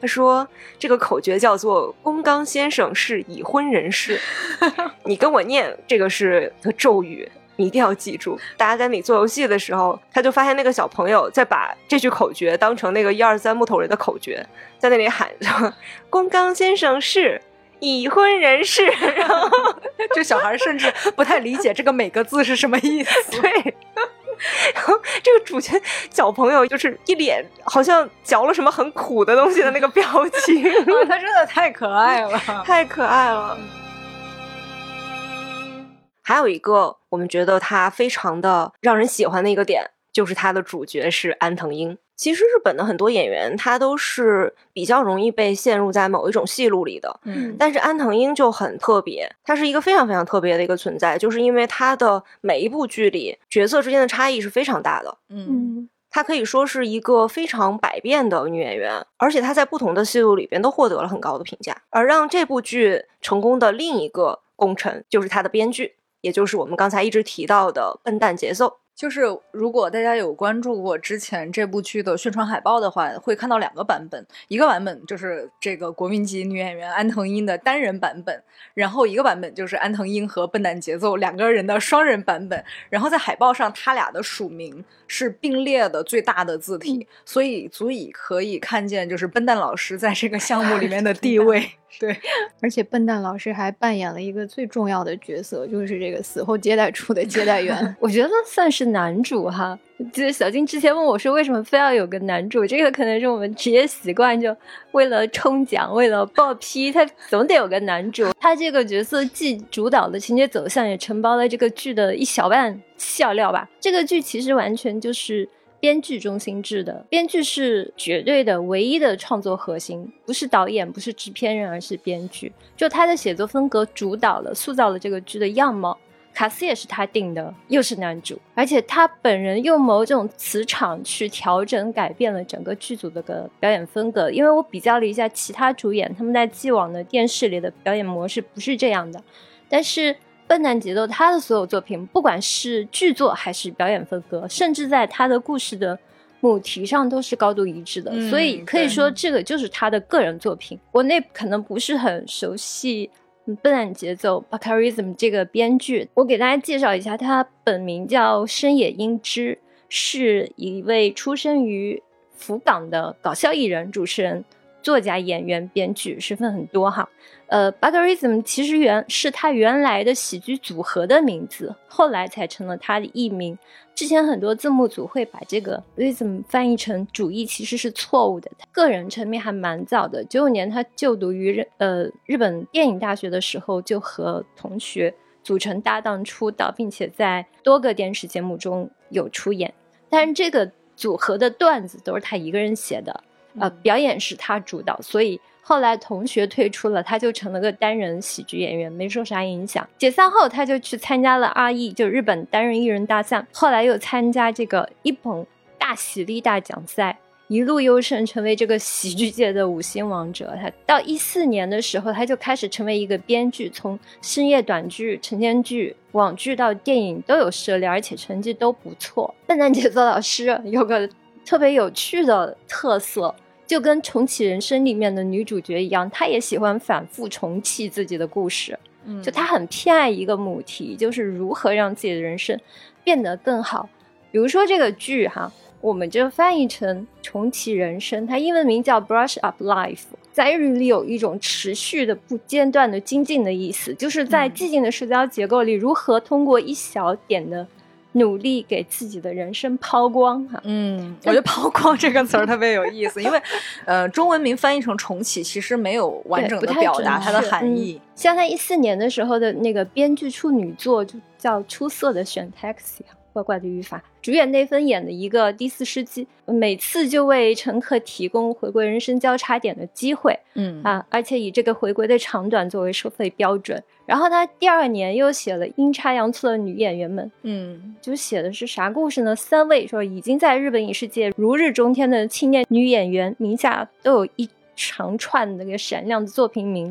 他说这个口诀叫做宫冈先生是已婚人士你跟我念，这个是个咒语，你一定要记住。大家在那里做游戏的时候，他就发现那个小朋友在把这句口诀当成那个123木头人的口诀，在那里喊着宫冈先生是已婚人士然后这小孩甚至不太理解这个每个字是什么意思。 对，然后这个主角小朋友就是一脸好像嚼了什么很苦的东西的那个表情他真的太可爱了， 太可爱了。还有一个我们觉得他非常的让人喜欢的一个点，就是他的主角是安藤樱。其实日本的很多演员他都是比较容易被陷入在某一种戏路里的，但是安藤樱就很特别，她是一个非常非常特别的一个存在，就是因为她的每一部剧里角色之间的差异是非常大的。她可以说是一个非常百变的女演员，而且她在不同的戏路里边都获得了很高的评价。而让这部剧成功的另一个功臣就是她的编剧，也就是我们刚才一直提到的笨蛋节奏。 就是如果大家有关注过之前这部剧的宣传海报的话，会看到2个版本，一个版本就是这个国民级女演员安藤樱的单人版本，然后一个版本就是安藤樱和笨蛋节奏2个人的双人版本。然后在海报上他俩的署名是并列的最大的字体，所以足以可以看见就是笨蛋老师在这个项目里面的地位对， 而且笨蛋老师还扮演了一个最重要的角色，就是这个死后接待处的接待员我觉得算是男主哈。记得小金之前问我说为什么非要有个男主，这个可能是我们职业习惯，就为了冲奖为了报批他总得有个男主。他这个角色既主导了情节走向，也承包了这个剧的一小半笑料吧。这个剧其实完全就是编剧中心制的，编剧是绝对的唯一的创作核心，不是导演不是制片人，而是编剧。就他的写作风格主导了塑造了这个剧的样貌，卡斯也是他定的，又是男主，而且他本人用某种磁场去调整改变了整个剧组的个表演风格。因为我比较了一下其他主演，他们在既往的电视里的表演模式不是这样的，但是笨蛋节奏他的所有作品不管是剧作还是表演风格，甚至在他的故事的母题上都是高度一致的，所以可以说这个就是他的个人作品。国内可能不是很熟悉笨蛋节奏 Bakarism 这个编剧，我给大家介绍一下，他本名叫深野英之，是一位出生于福冈的搞笑艺人、主持人、作家、演员、编剧，身份很多哈。Bakarism 其实是他原来的喜剧组合的名字，后来才成了他的艺名。之前很多字幕组会把这个 rhythm 翻译成主义，其实是错误的。他个人成名还蛮早的，95年他就读于日本电影大学的时候，就和同学组成搭档出道，并且在多个电视节目中有出演。但是这个组合的段子都是他一个人写的，表演是他主导，所以后来同学退出了，他就成了个单人喜剧演员，没受啥影响。解散后他就去参加了 RE 就日本单人艺人大赛，后来又参加这个一本大喜力大奖赛，一路优胜，成为这个喜剧界的5星王者。他到14年的时候，他就开始成为一个编剧，从深夜短剧、晨间剧、网剧到电影都有涉猎，而且成绩都不错。笨蛋节奏老师有个特别有趣的特色，就跟重启人生里面的女主角一样，她也喜欢反复重启自己的故事，就她很偏爱一个母题，就是如何让自己的人生变得更好。比如说这个剧哈，我们就翻译成重启人生，它英文名叫 Brush Up Life， 在日语里有一种持续的不间断的精进的意思，就是在寂静的社交结构里，如何通过一小点的努力给自己的人生抛光哈。 我觉得抛光这个词儿特别有意思，因为中文名翻译成重启其实没有完整的表达它的含义。 像他14年的时候的那个编剧处女作就叫出色的选 taxi， 怪怪的语法，主演内芬演的一个第4司机，每次就为乘客提供回归人生交叉点的机会，而且以这个回归的长短作为收费标准。然后他第2年又写了阴差阳错的女演员们，就写的是啥故事呢？3位说已经在日本影视界如日中天的青年女演员名下都有一长串的那个闪亮的作品名字，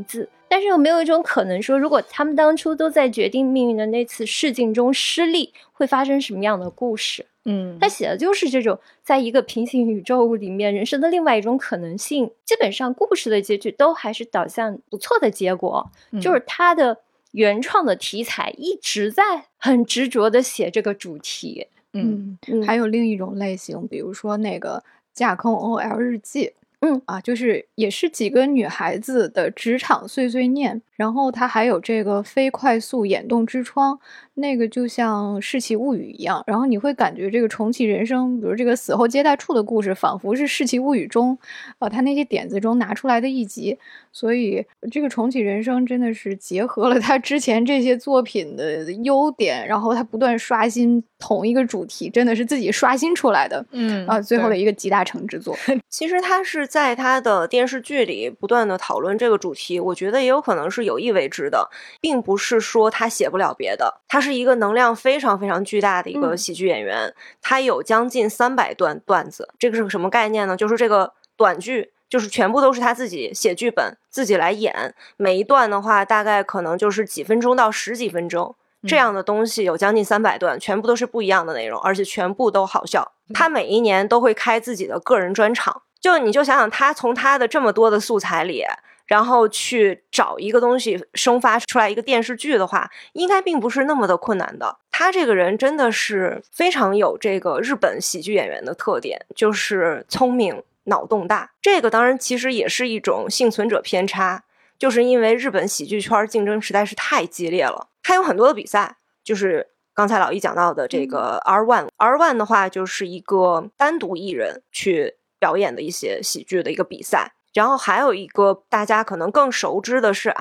但是有没有一种可能说，如果他们当初都在决定命运的那次试镜中失利，会发生什么样的故事？他写的就是这种在一个平行宇宙里面人生的另外一种可能性。基本上故事的结局都还是导向不错的结果，就是他的原创的题材一直在很执着的写这个主题。 还有另一种类型，比如说那个架空 OL 日记。就是也是几个女孩子的职场碎碎念，然后它还有这个非快速眼动之窗，那个就像《世奇物语》一样，然后你会感觉这个重启人生，比如这个死后接待处的故事，仿佛是《世奇物语》中，它那些点子中拿出来的一集。所以这个重启人生真的是结合了他之前这些作品的优点，然后他不断刷新同一个主题，真的是自己刷新出来的。最后的一个集大成之作。 其实他是在他的电视剧里不断的讨论这个主题，我觉得也有可能是有意为之的，并不是说他写不了别的。他是一个能量非常非常巨大的一个喜剧演员，他有将近300段段子。这个是个什么概念呢？就是这个短剧就是全部都是他自己写剧本自己来演，每一段的话大概可能就是几分钟到10几分钟，这样的东西有将近300段，全部都是不一样的内容，而且全部都好笑。他每一年都会开自己的个人专场，就你就想想他从他的这么多的素材里，然后去找一个东西生发出来一个电视剧的话，应该并不是那么的困难的。他这个人真的是非常有这个日本喜剧演员的特点，就是聪明脑洞大。这个当然其实也是一种幸存者偏差，就是因为日本喜剧圈竞争实在是太激烈了。他有很多的比赛，就是刚才老一讲到的这个 R1 的话，就是一个单独艺人去表演的一些喜剧的一个比赛。然后还有一个大家可能更熟知的是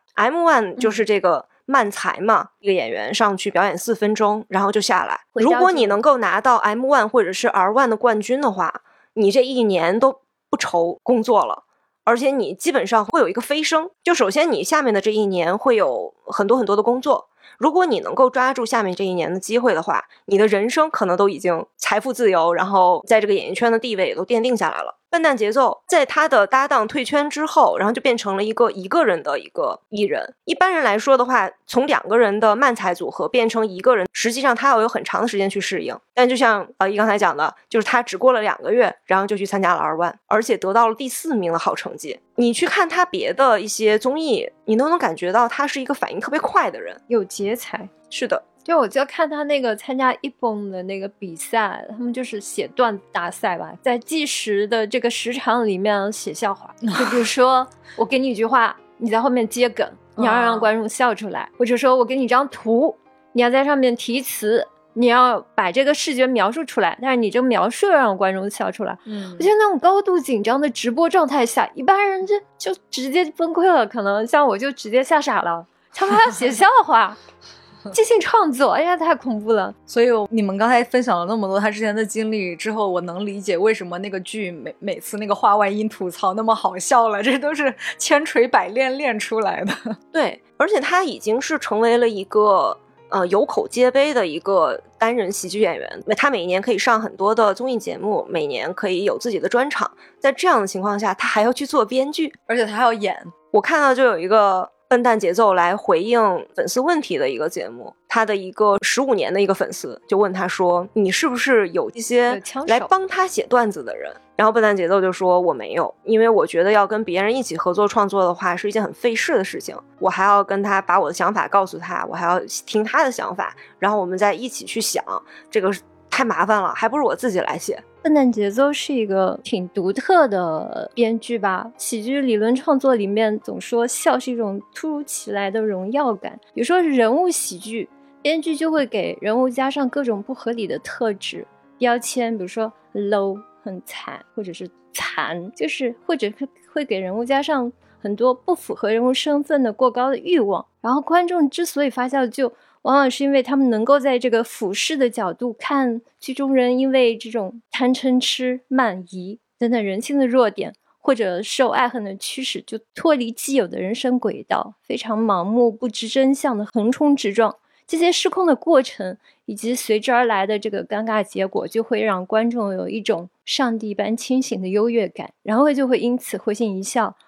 M1 就是这个漫才嘛，一个演员上去表演4分钟然后就下来。如果你能够拿到 M1 或者是 R1 的冠军的话，你这一年都不愁工作了，而且你基本上会有一个飞升。就首先你下面的这一年会有很多很多的工作，如果你能够抓住下面这一年的机会的话，你的人生可能都已经财富自由，然后在这个演艺圈的地位也都奠定下来了。笨蛋节奏在他的搭档退圈之后，然后就变成了一个人的一个艺人。一般人来说的话，从2个人的漫才组合变成1个人，实际上他要有很长的时间去适应。但就像一刚才讲的，就是他只过了2个月，然后就去参加了R1，而且得到了第4名的好成绩。你去看他别的一些综艺，你都能感觉到他是一个反应特别快的人， 有节才。 是的。 就我就看他那个参加ippon的那个比赛，他们就是写段子大赛吧，在计时的这个时长里面写笑话。就比如说我给你一句话，你在后面接梗，你要让观众笑出来，或者说我给你一张图，你要在上面提词，你要把这个视觉描述出来，但是你这个描述要让观众笑出来。我觉得那种高度紧张的直播状态下，一般人就直接崩溃了，可能像我就直接吓傻了。他们还要写笑话即兴创作，哎呀，太恐怖了。 所以你们刚才分享了那么多他之前的经历之后，我能理解为什么那个剧每次那个话外音吐槽那么好笑了，这都是千锤百炼练出来的。 对，而且他已经是成为了一个有口皆碑的一个单人喜剧演员。他每一年可以上很多的综艺节目，每年可以有自己的专场。在这样的情况下，他还要去做编剧， 而且他还要演。 我看到就有一个笨蛋节奏来回应粉丝问题的一个节目，他的一个15年的一个粉丝就问他说，你是不是有一些来帮他写段子的人？然后笨蛋节奏就说，我没有，因为我觉得要跟别人一起合作创作的话是一件很费事的事情，我还要跟他把我的想法告诉他，我还要听他的想法，然后我们再一起去想，这个太麻烦了，还不如我自己来写。 笨蛋节奏是一个挺独特的编剧吧，喜剧理论创作里面总说笑是一种突如其来的荣耀感。比如说人物喜剧，编剧就会给人物加上各种不合理的特质标签，比如说 low 很惨，或者是残，就是或者会给人物加上很多不符合人物身份的过高的欲望。然后观众之所以发笑，就往往是因为他们能够在这个俯视的角度看剧中人因为这种贪嗔痴慢疑等等人性的弱点，或者受爱恨的驱使，就脱离既有的人生轨道，非常盲目不知真相的横冲直撞。这些失控的过程以及随之而来的这个尴尬结果，就会让观众有一种上帝般清醒的优越感，然后就会因此会心一笑，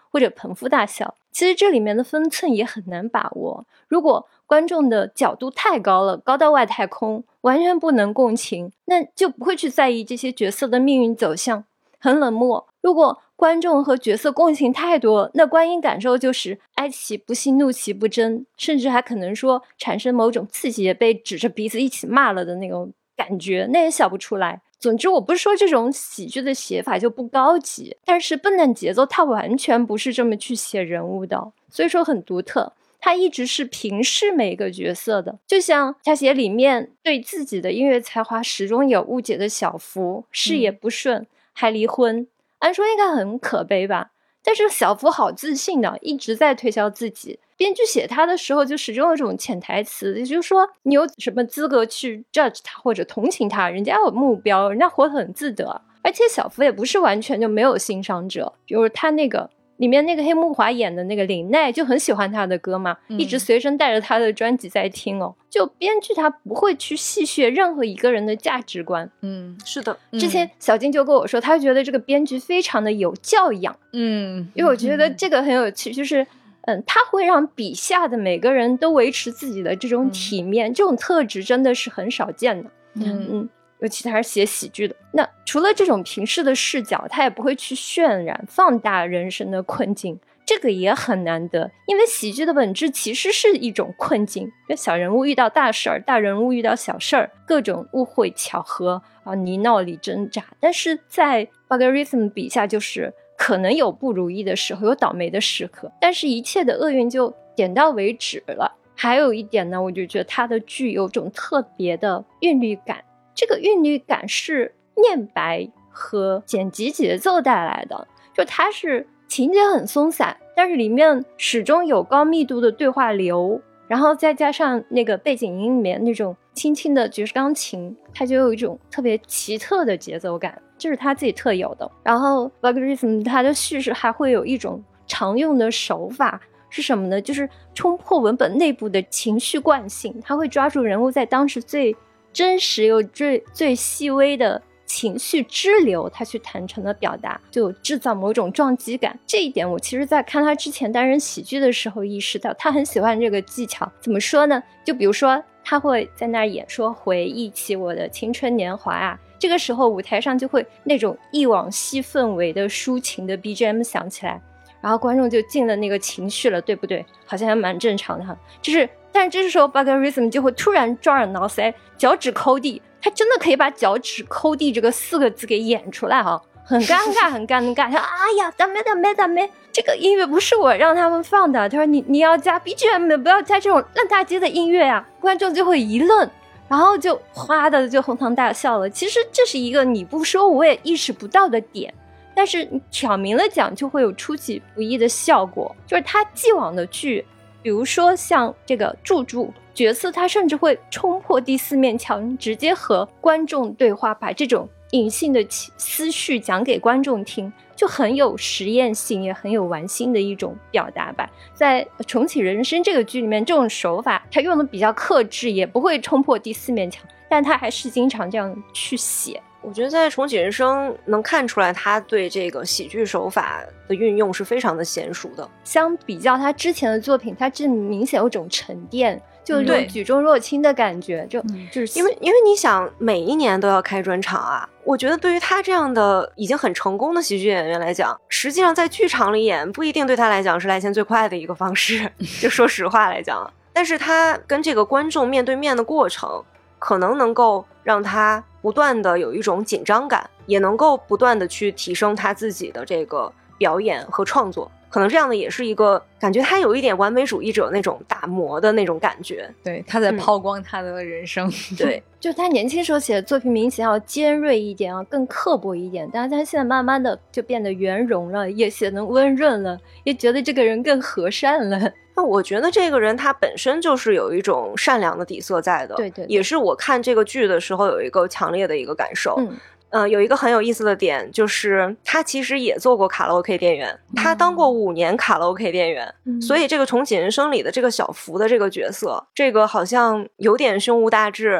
或者盆腹大笑。其实这里面的分寸也很难把握，如果观众的角度太高了，高到外太空，完全不能共情，那就不会去在意这些角色的命运走向，很冷漠。如果观众和角色共情太多，那观影感受就是哀其不幸，怒其不争，甚至还可能说产生某种自己也被指着鼻子一起骂了的那种感觉，那也笑不出来。总之，我不是说这种喜剧的写法就不高级，但是笨蛋节奏它完全不是这么去写人物的，所以说很独特。他一直是平视每个角色的，就像他写里面对自己的音乐才华始终有误解的小福，事业不顺，还离婚，按说应该很可悲吧，但是小福好自信的，一直在推销自己。编剧写他的时候就始终有这种潜台词，也就是说你有什么资格去 judge 他或者同情他，人家有目标，人家活得很自得。而且小福也不是完全就没有欣赏者，比如他那个里面那个黑木华演的那个林奈就很喜欢他的歌嘛，一直随身带着他的专辑在听哦。就编剧他不会去细谑任何一个人的价值观。 是的。 之前小金就跟我说，他觉得这个编剧非常的有教养。因为我觉得这个很有趣，就是他会让笔下的每个人都维持自己的这种体面，这种特质真的是很少见的。尤其他是写喜剧的，那除了这种平视的视角，他也不会去渲染放大人生的困境，这个也很难得，因为喜剧的本质其实是一种困境，小人物遇到大事儿，大人物遇到小事儿，各种误会巧合啊，泥淖里挣扎。但是在 Buggerism 笔下，就是可能有不如意的时候，有倒霉的时刻，但是一切的厄运就点到为止了。还有一点呢，我就觉得他的剧有种特别的韵律感，这个韵律感是念白和剪辑节奏带来的，就它是情节很松散，但是里面始终有高密度的对话流，然后再加上那个背景音里面那种轻轻的爵士钢琴，它就有一种特别奇特的节奏感，这是他自己特有的。然后 Buggerism 它的叙事还会有一种常用的手法是什么呢？就是冲破文本内部的情绪惯性，他会抓住人物在当时最真实又最细微的情绪支流，他去坦诚的表达，就制造某种撞击感。这一点我其实在看他之前担任喜剧的时候意识到，他很喜欢这个技巧。怎么说呢？就比如说他会在那儿演说回忆起我的青春年华啊，这个时候舞台上就会那种忆往昔氛围的抒情的 BGM 响起来，然后观众就进了那个情绪了，对不对？好像还蛮正常的哈。但是这时候 Buggerism 就会突然抓耳挠腮，脚趾抠地，他真的可以把脚趾抠地这个4个字给演出来哈，很尴尬很尴尬。他说哎呀ダメ，这个音乐不是我让他们放的，他说你要加 BGM， 不要加这种烂大街的音乐啊。观众就会一愣，然后就哗的就哄堂大笑了。其实这是一个你不说我也意识不到的点，但是你挑明了讲就会有出其不意的效果。就是他既往的剧，比如说像这个柱角色，他甚至会冲破第4面墙，直接和观众对话，把这种隐性的思绪讲给观众听，就很有实验性，也很有玩心的一种表达吧。在重启人生这个剧里面，这种手法他用的比较克制，也不会冲破第4面墙，但他还是经常这样去写。 我觉得在重启人生能看出来他对这个喜剧手法的运用是非常的娴熟的。 相比较他之前的作品，他这明显有种沉淀，就有举重若轻的感觉。就是因为你想每一年都要开专场啊，我觉得对于他这样的已经很成功的喜剧演员来讲，实际上在剧场里演不一定对他来讲是来钱最快的一个方式就说实话来讲，但是他跟这个观众面对面的过程可能能够让他不断的有一种紧张感，也能够不断的去提升他自己的这个表演和创作。可能这样的也是一个感觉他有一点完美主义者那种打磨的那种感觉。 对，他在抛光他的人生。 对， 就他年轻时候写的作品明显要尖锐一点啊，更刻薄一点，但是他现在慢慢的就变得圆融了，也写得温润了，也觉得这个人更和善了。 那我觉得这个人他本身就是有一种善良的底色在的。 对， 也是我看这个剧的时候有一个强烈的一个感受。有一个很有意思的点，就是他其实也做过卡拉 OK 店员，他当过5年卡拉 OK 店员，所以这个重启人生里的这个小福的这个角色，这个好像有点胸无大志，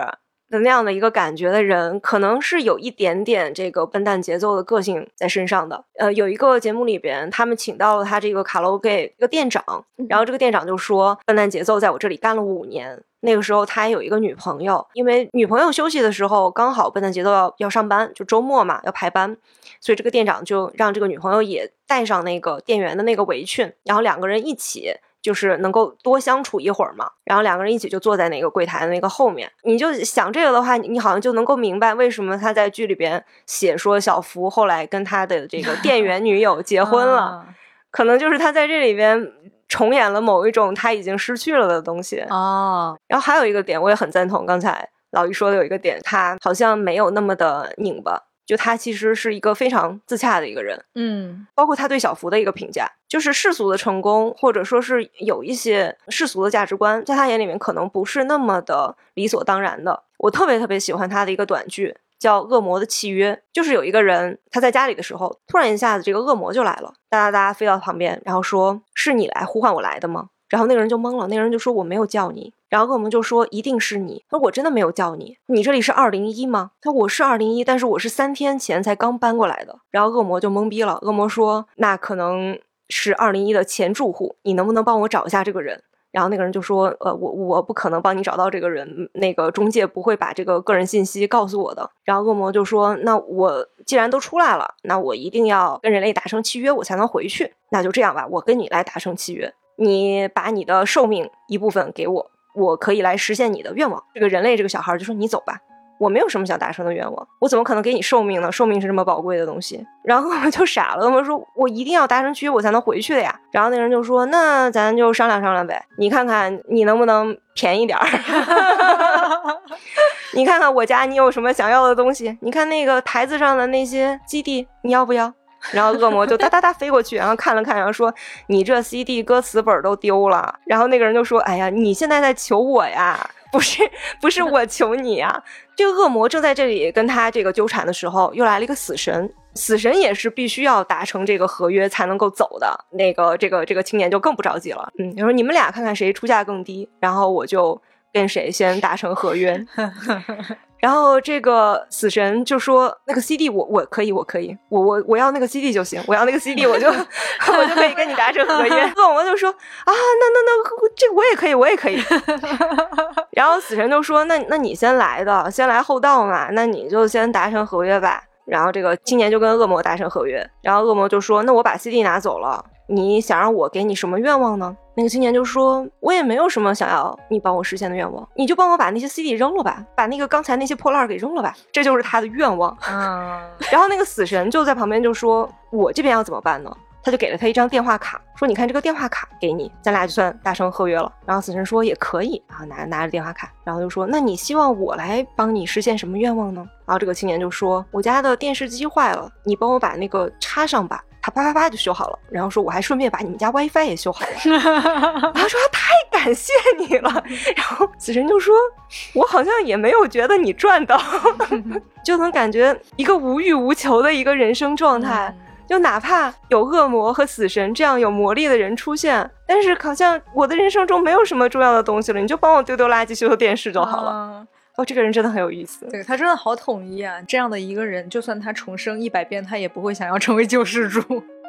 的那样的一个感觉的人，可能是有一点点这个笨蛋节奏的个性在身上的。有一个节目里边，他们请到了他这个卡拉 OK 一个店长，然后这个店长就说，笨蛋节奏在我这里干了5年。那个时候他有一个女朋友，因为女朋友休息的时候刚好笨蛋节奏要上班，就周末嘛要排班，所以这个店长就让这个女朋友也带上那个店员的那个围裙，然后2个人一起就是能够多相处一会儿嘛，然后2个人一起就坐在那个柜台的那个后面。你就想这个的话，你好像就能够明白为什么他在剧里边写说小福后来跟他的这个店员女友结婚了可能就是他在这里边重演了某一种他已经失去了的东西然后还有一个点我也很赞同刚才老于说的，有一个点他好像没有那么的拧巴，就他其实是一个非常自洽的一个人。包括他对小福的一个评价，就是世俗的成功或者说是有一些世俗的价值观在他眼里面可能不是那么的理所当然的。我特别喜欢他的一个短剧叫恶魔的契约，就是有一个人他在家里的时候突然一下子这个恶魔就来了，哒哒哒飞到旁边，然后说是你来呼唤我来的吗？然后那个人就懵了，那个人就说我没有叫你，然后恶魔就说一定是你，他说我真的没有叫你，你这里是201吗？他说我是201，但是我是3天前才刚搬过来的。然后恶魔就懵逼了，恶魔说那可能是201的前住户，你能不能帮我找一下这个人？然后那个人就说我不可能帮你找到这个人，那个中介不会把这个个人信息告诉我的。然后恶魔就说那我既然都出来了，那我一定要跟人类达成契约我才能回去，那就这样吧，我跟你来达成契约，你把你的寿命一部分给我，我可以来实现你的愿望。这个人类这个小孩就说你走吧，我没有什么想达成的愿望，我怎么可能给你寿命呢？寿命是这么宝贵的东西。然后我就傻了，我说我一定要达成契约我才能回去的呀。然后那人就说那咱就商量商量呗，你看看你能不能便宜点你看看我家你有什么想要的东西，你看那个台子上的那些基地你要不要？然后恶魔就哒哒哒飞过去，然后看了看，然后说你这 CD 歌词本都丢了。然后那个人就说哎呀你现在在求我呀，不是我求你呀。这个恶魔正在这里跟他这个纠缠的时候，又来了一个死神，死神也是必须要达成这个合约才能够走的。那个这个青年就更不着急了，就说你们俩看看谁出价更低，然后我就跟谁先达成合约。然后这个死神就说那个 CD 我可以我要那个 CD 就行，我要那个 CD 我就可以跟你达成合约。恶魔就说啊那这个我也可以然后死神就说那你先来的，先来后到嘛，那你就先达成合约吧。然后这个青年就跟恶魔达成合约，然后恶魔就说那我把 CD 拿走了，你想让我给你什么愿望呢？那个青年就说我也没有什么想要你帮我实现的愿望，你就帮我把那些 CD 扔了吧，把那个刚才那些破烂给扔了吧，这就是他的愿望然后那个死神就在旁边就说我这边要怎么办呢？他就给了他一张电话卡，说你看这个电话卡给你，咱俩就算达成合约了。然后死神说也可以，然后拿着电话卡，然后就说那你希望我来帮你实现什么愿望呢？然后这个青年就说我家的电视机坏了，你帮我把那个插上吧。他啪啪啪就修好了，然后说我还顺便把你们家 WiFi 也修好了然后说太感谢你了。然后死神就说我好像也没有觉得你赚到就能感觉一个无欲无求的一个人生状态就哪怕有恶魔和死神这样有魔力的人出现，但是好像我的人生中没有什么重要的东西了，你就帮我丢丢垃圾修修电视就好了这个人真的很有意思， 对，他真的好统一啊！这样的一个人，就算他重生100遍，他也不会想要成为救世主。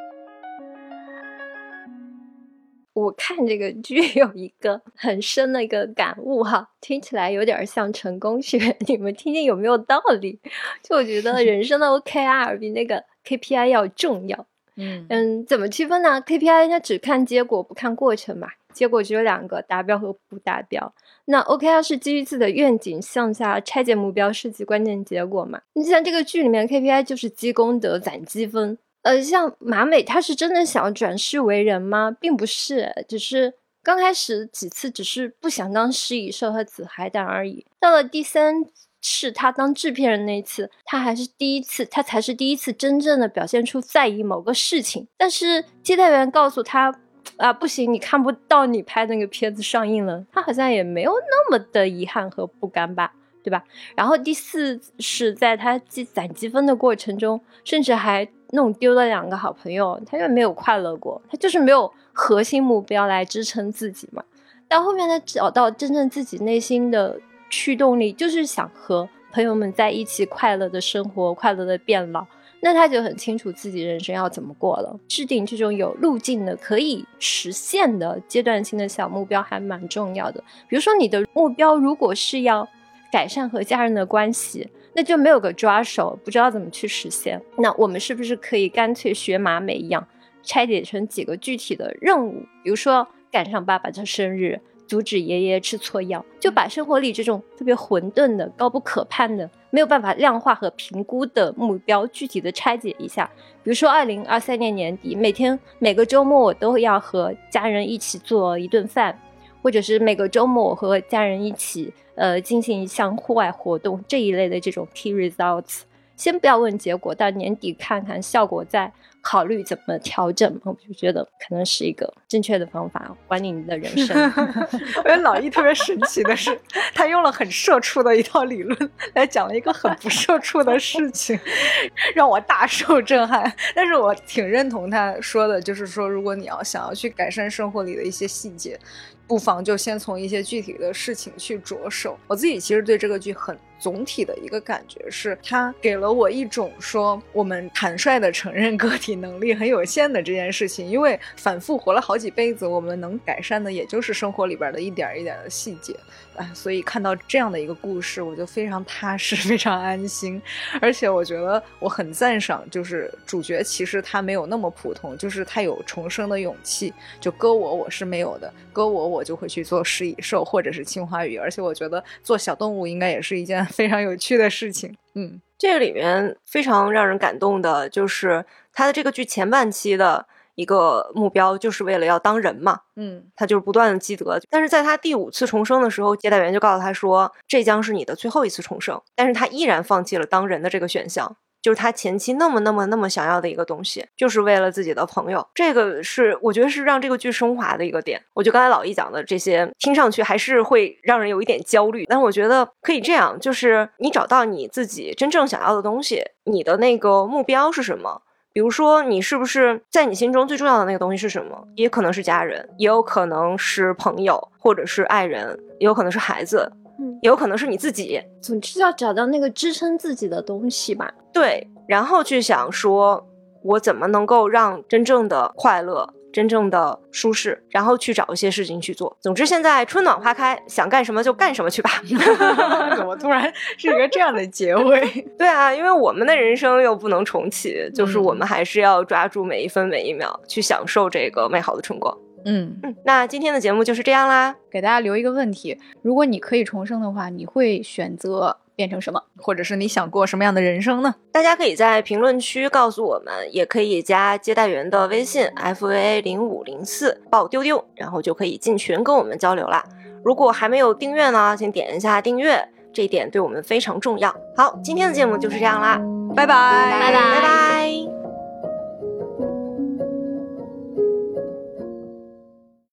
我看这个剧有一个很深的一个感悟哈，听起来有点像成功学，你们听听有没有道理？就我觉得人生的 OKR 比那个 KPI 要重要。怎么区分呢？ KPI 它只看结果不看过程嘛，结果只有2个，达标和不达标。那 OKR 是基于自己的愿景向下拆解目标，设计关键结果嘛。你像这个剧里面 KPI 就是积功德攒积分。像马美他是真的想要转世为人吗？并不是，只是刚开始几次只是不想当食蚁兽和紫海胆而已。到了第3次他当制片人那一次，他才是第一次真正的表现出在意某个事情。但是接待员告诉他不行，你看不到你拍那个片子上映了，他好像也没有那么的遗憾和不甘吧，对吧？然后第4是在他攒积分的过程中，甚至还弄丢了2个好朋友，他又没有快乐过，他就是没有核心目标来支撑自己嘛。到后面他找到真正自己内心的驱动力就是想和朋友们在一起快乐的生活，快乐的变老，那他就很清楚自己人生要怎么过了。制定这种有路径的可以实现的阶段性的小目标还蛮重要的。比如说你的目标如果是要改善和家人的关系，那就没有个抓手，不知道怎么去实现。那我们是不是可以干脆学马美一样，拆解成几个具体的任务，比如说赶上爸爸的生日，阻止爷爷吃错药，就把生活里这种特别混沌的、高不可攀的、没有办法量化和评估的目标具体的拆解一下。比如说2023年年底，每个周末我都要和家人一起做一顿饭，或者是每个周末我和家人一起进行一项户外活动，这一类的这种 key results。先不要问结果，到年底看看效果，再考虑怎么调整。我就觉得可能是一个正确的方法，管理你的人生。 我觉得老易特别神奇的是，他用了很社畜的一套理论来讲了一个很不社畜的事情，让我大受震撼。但是我挺认同他说的，就是说如果你想要去改善生活里的一些细节，不妨就先从一些具体的事情去着手。我自己其实对这个剧很总体的一个感觉是，它给了我一种说我们坦率的承认个体能力很有限的这件事情，因为反复活了好几辈子，我们能改善的也就是生活里边的一点一点的细节。所以看到这样的一个故事，我就非常踏实，非常安心。而且我觉得我很赞赏，就是主角其实他没有那么普通，就是他有重生的勇气。就搁我是没有的，搁我就会去做食蚁兽或者是青花鱼。而且我觉得做小动物应该也是一件非常有趣的事情。 这个里面非常让人感动的就是他的这个剧前半期的一个目标就是为了要当人嘛，他就是不断的积德。但是在他第5次重生的时候，接待员就告诉他说，这将是你的最后一次重生。但是他依然放弃了当人的这个选项，就是他前期那么想要的一个东西，就是为了自己的朋友。这个是我觉得是让这个剧升华的一个点。我觉得刚才老易讲的这些听上去还是会让人有一点焦虑，但是我觉得可以这样，就是你找到你自己真正想要的东西，你的那个目标是什么。比如说你是不是在你心中最重要的那个东西是什么，也可能是家人，也有可能是朋友，或者是爱人，也有可能是孩子，也有可能是你自己。 总之要找到那个支撑自己的东西吧。 对，然后去想说我怎么能够让真正的快乐，真正的舒适，然后去找一些事情去做。总之现在春暖花开，想干什么就干什么去吧。 怎么突然是一个这样的结尾？ 对啊，因为我们的人生又不能重启，就是我们还是要抓住每一分每一秒去享受这个美好的春光。那今天的节目就是这样啦。 给大家留一个问题，如果你可以重生的话，你会选择变成什么？ 或者是你想过什么样的人生呢？ 大家可以在评论区告诉我们，也可以加接待员的微信 FVA0504 报丢丢，然后就可以进群跟我们交流啦。如果还没有订阅呢，请点一下订阅，这一点对我们非常重要。好，今天的节目就是这样啦， 拜拜， 拜拜。